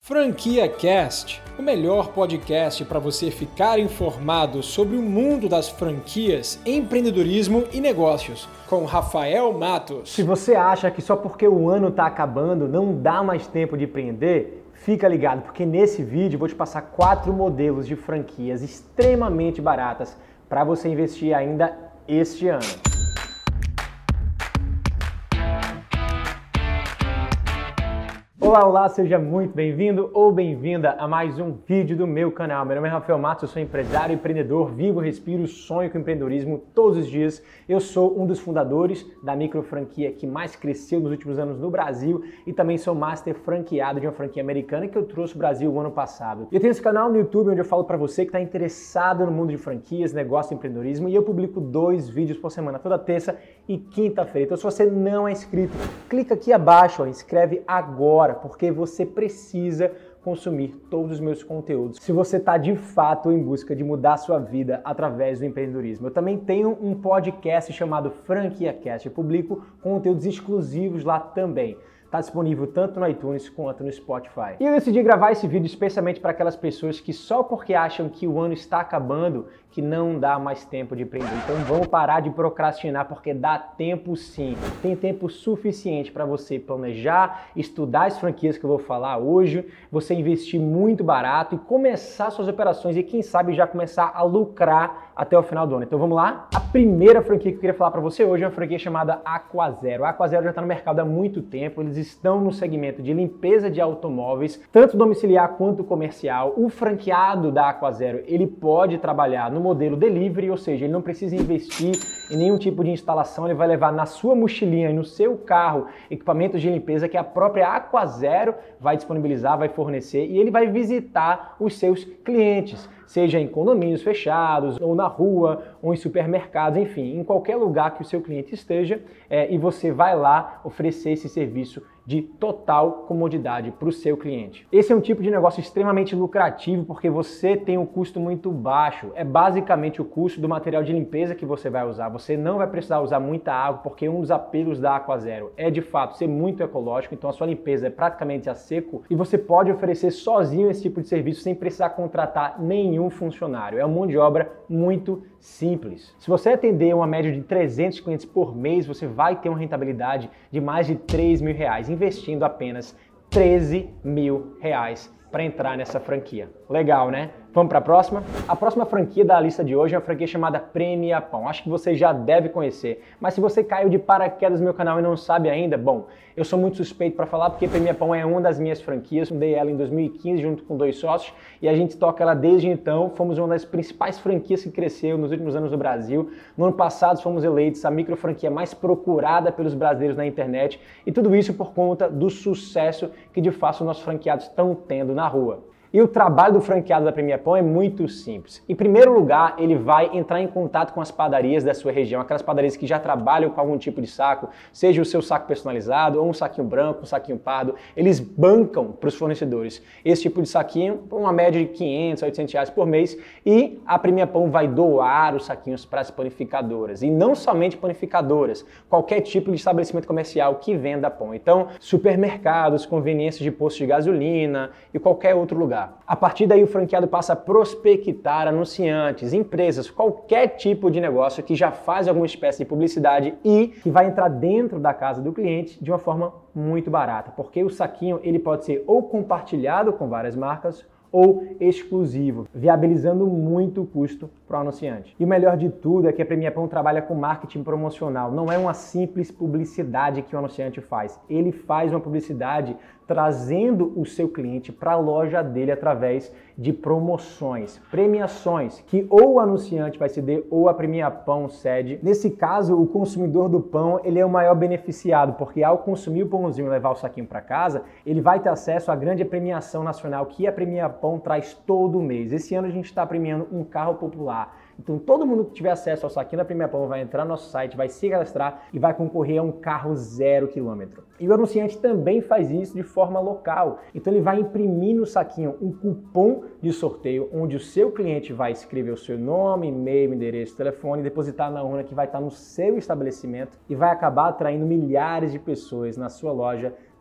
Franquia Cast, o melhor podcast para você ficar informado sobre o mundo das franquias, empreendedorismo e negócios, com Rafael Matos. Se você acha que só porque o ano está acabando não dá mais tempo de empreender, fica ligado, porque nesse vídeo eu vou te passar 4 modelos de franquias extremamente baratas para você investir ainda este ano. Olá, seja muito bem-vindo ou bem-vinda a mais um vídeo do meu canal. Meu nome é Rafael Matos, eu sou empresário e empreendedor, vivo, respiro, sonho com empreendedorismo todos os dias. Eu sou um dos fundadores da micro franquia que mais cresceu nos últimos anos no Brasil e também sou master franqueado de uma franquia americana que eu trouxe para o Brasil o ano passado. Eu tenho esse canal no YouTube onde eu falo para você que está interessado no mundo de franquias, negócio e empreendedorismo, e eu publico 2 vídeos por semana, toda terça e quinta-feira. Então se você não é inscrito, clica aqui abaixo, inscreve agora, porque você precisa consumir todos os meus conteúdos se você está de fato em busca de mudar a sua vida através do empreendedorismo. Eu também tenho um podcast chamado Franquia Cast, eu publico conteúdos exclusivos lá também. Está disponível tanto no iTunes quanto no Spotify. E eu decidi gravar esse vídeo especialmente para aquelas pessoas que só porque acham que o ano está acabando, que não dá mais tempo de empreender. Então vamos parar de procrastinar, porque dá tempo sim. Tem tempo suficiente para você planejar, estudar as franquias que eu vou falar hoje, você investir muito barato e começar suas operações e quem sabe já começar a lucrar até o final do ano. Então vamos lá? A primeira franquia que eu queria falar para você hoje é uma franquia chamada Aquazero. A Aquazero já está no mercado há muito tempo, eles estão no segmento de limpeza de automóveis, tanto domiciliar quanto comercial. O franqueado da Aquazero, ele pode trabalhar no modelo delivery, ou seja, ele não precisa investir em nenhum tipo de instalação, ele vai levar na sua mochilinha e no seu carro equipamentos de limpeza que a própria Aquazero vai disponibilizar, vai fornecer, e ele vai visitar os seus clientes, seja em condomínios fechados, ou na rua, ou em supermercados, enfim, em qualquer lugar que o seu cliente esteja, e você vai lá oferecer esse serviço de total comodidade para o seu cliente. Esse é um tipo de negócio extremamente lucrativo porque você tem um custo muito baixo. É basicamente o custo do material de limpeza que você vai usar. Você não vai precisar usar muita água porque um dos apelos da Aquazero é de fato ser muito ecológico, então a sua limpeza é praticamente a seco e você pode oferecer sozinho esse tipo de serviço sem precisar contratar nenhum funcionário. É uma mão de obra muito simples. Se você atender uma média de 300 clientes por mês, você vai ter uma rentabilidade de mais de R$3.000, investindo apenas R$13.000 para entrar nessa franquia. Legal, né? Vamos para a próxima? A próxima franquia da lista de hoje é uma franquia chamada Premia Pão. Acho que você já deve conhecer, mas se você caiu de paraquedas no meu canal e não sabe ainda, bom, eu sou muito suspeito para falar porque Premia Pão é uma das minhas franquias. Fundei ela em 2015 junto com 2 sócios e a gente toca ela desde então. Fomos uma das principais franquias que cresceu nos últimos anos no Brasil. No ano passado fomos eleitos a micro franquia mais procurada pelos brasileiros na internet e tudo isso por conta do sucesso que de fato os nossos franqueados estão tendo na rua. E o trabalho do franqueado da Premia Pão é muito simples. Em primeiro lugar, ele vai entrar em contato com as padarias da sua região, aquelas padarias que já trabalham com algum tipo de saco, seja o seu saco personalizado, ou um saquinho branco, um saquinho pardo. Eles bancam para os fornecedores esse tipo de saquinho por uma média de R$500 a R$800 por mês e a Premia Pão vai doar os saquinhos para as panificadoras. E não somente panificadoras, qualquer tipo de estabelecimento comercial que venda pão. Então, supermercados, conveniências de postos de gasolina e qualquer outro lugar. A partir daí o franqueado passa a prospectar anunciantes, empresas, qualquer tipo de negócio que já faz alguma espécie de publicidade e que vai entrar dentro da casa do cliente de uma forma muito barata, porque o saquinho ele pode ser ou compartilhado com várias marcas ou exclusivo, viabilizando muito o custo para o anunciante. E o melhor de tudo é que a Premia Pão trabalha com marketing promocional. Não é uma simples publicidade que o anunciante faz. Ele faz uma publicidade trazendo o seu cliente para a loja dele através de promoções, premiações, que ou o anunciante vai ceder ou a Premia Pão cede. Nesse caso, o consumidor do pão ele é o maior beneficiado, porque ao consumir o pãozinho e levar o saquinho para casa, ele vai ter acesso à grande premiação nacional que a Premia Pão traz todo mês. Esse ano a gente está premiando um carro popular. Então todo mundo que tiver acesso ao saquinho da Premia Pão vai entrar no nosso site, vai se cadastrar e vai concorrer a um carro 0 km. E o anunciante também faz isso de forma local. Então ele vai imprimir no saquinho um cupom de sorteio onde o seu cliente vai escrever o seu nome, e-mail, endereço, telefone, depositar na urna que vai estar no seu estabelecimento e vai acabar atraindo milhares de pessoas na sua loja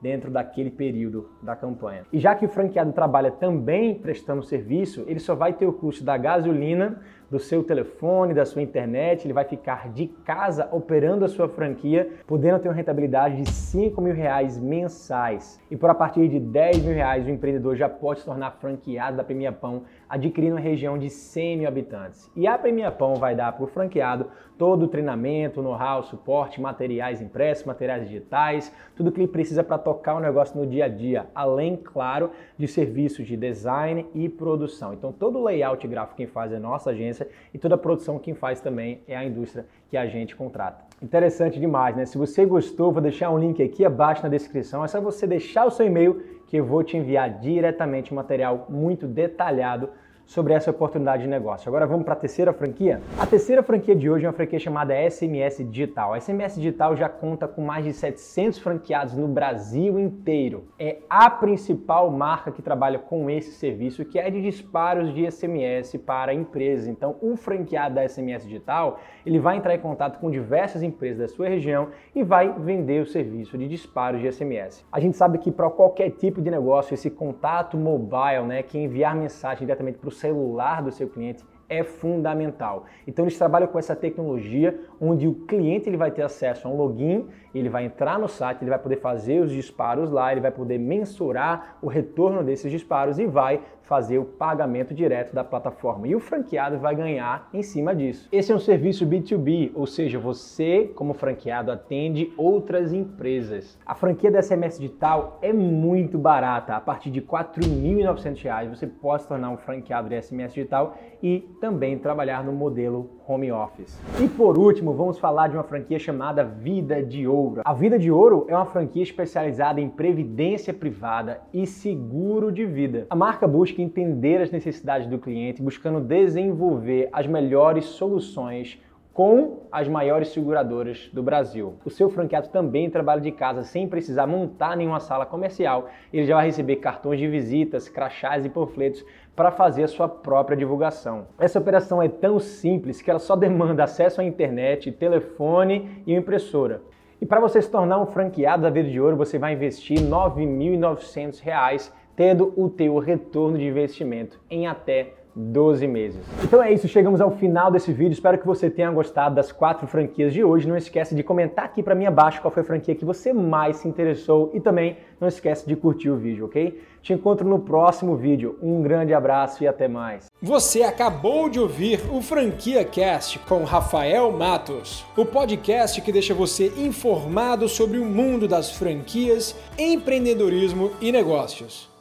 dentro daquele período da campanha. E já que o franqueado trabalha também prestando serviço, ele só vai ter o custo da gasolina, do seu telefone, da sua internet, ele vai ficar de casa operando a sua franquia, podendo ter uma rentabilidade de R$5.000 mensais. E por a partir de R$10.000, o empreendedor já pode se tornar franqueado da Premia Pão, adquirindo uma região de 100 mil habitantes. E a Premia Pão vai dar para o franqueado todo o treinamento, know-how, suporte, materiais impressos, materiais digitais, tudo que ele precisa para tocar o negócio no dia a dia, além, claro, de serviços de design e produção. Então todo o layout gráfico quem faz é a nossa agência, e toda a produção quem faz também é a indústria que a gente contrata. Interessante demais, né? Se você gostou, vou deixar um link aqui abaixo na descrição, é só você deixar o seu e-mail que eu vou te enviar diretamente um material muito detalhado sobre essa oportunidade de negócio. Agora vamos para a terceira franquia? A terceira franquia de hoje é uma franquia chamada SMS Digital. A SMS Digital já conta com mais de 700 franqueados no Brasil inteiro. É a principal marca que trabalha com esse serviço, que é de disparos de SMS para empresas. Então, o franqueado da SMS Digital, ele vai entrar em contato com diversas empresas da sua região e vai vender o serviço de disparos de SMS. A gente sabe que para qualquer tipo de negócio, esse contato mobile, né, que enviar mensagem diretamente para o celular do seu cliente é fundamental. Então eles trabalham com essa tecnologia onde o cliente ele vai ter acesso a um login, ele vai entrar no site, ele vai poder fazer os disparos lá, ele vai poder mensurar o retorno desses disparos e vai fazer o pagamento direto da plataforma. E o franqueado vai ganhar em cima disso. Esse é um serviço B2B, ou seja, você como franqueado atende outras empresas. A franquia da SMS Digital é muito barata. A partir de R$4.900 você pode se tornar um franqueado de SMS Digital e também trabalhar no modelo home office. E por último, vamos falar de uma franquia chamada Vida de Ouro. A Vida de Ouro é uma franquia especializada em previdência privada e seguro de vida. A marca busca entender as necessidades do cliente, buscando desenvolver as melhores soluções com as maiores seguradoras do Brasil. O seu franqueado também trabalha de casa sem precisar montar nenhuma sala comercial. Ele já vai receber cartões de visitas, crachás e panfletos para fazer a sua própria divulgação. Essa operação é tão simples que ela só demanda acesso à internet, telefone e uma impressora. E para você se tornar um franqueado da Vida de Ouro, você vai investir R$ 9.900, tendo o teu retorno de investimento em até 12 meses. Então é isso, chegamos ao final desse vídeo. Espero que você tenha gostado das 4 franquias de hoje. Não esquece de comentar aqui para mim abaixo qual foi a franquia que você mais se interessou e também não esquece de curtir o vídeo, ok? Te encontro no próximo vídeo. Um grande abraço e até mais. Você acabou de ouvir o Franquia Cast com Rafael Matos, o podcast que deixa você informado sobre o mundo das franquias, empreendedorismo e negócios.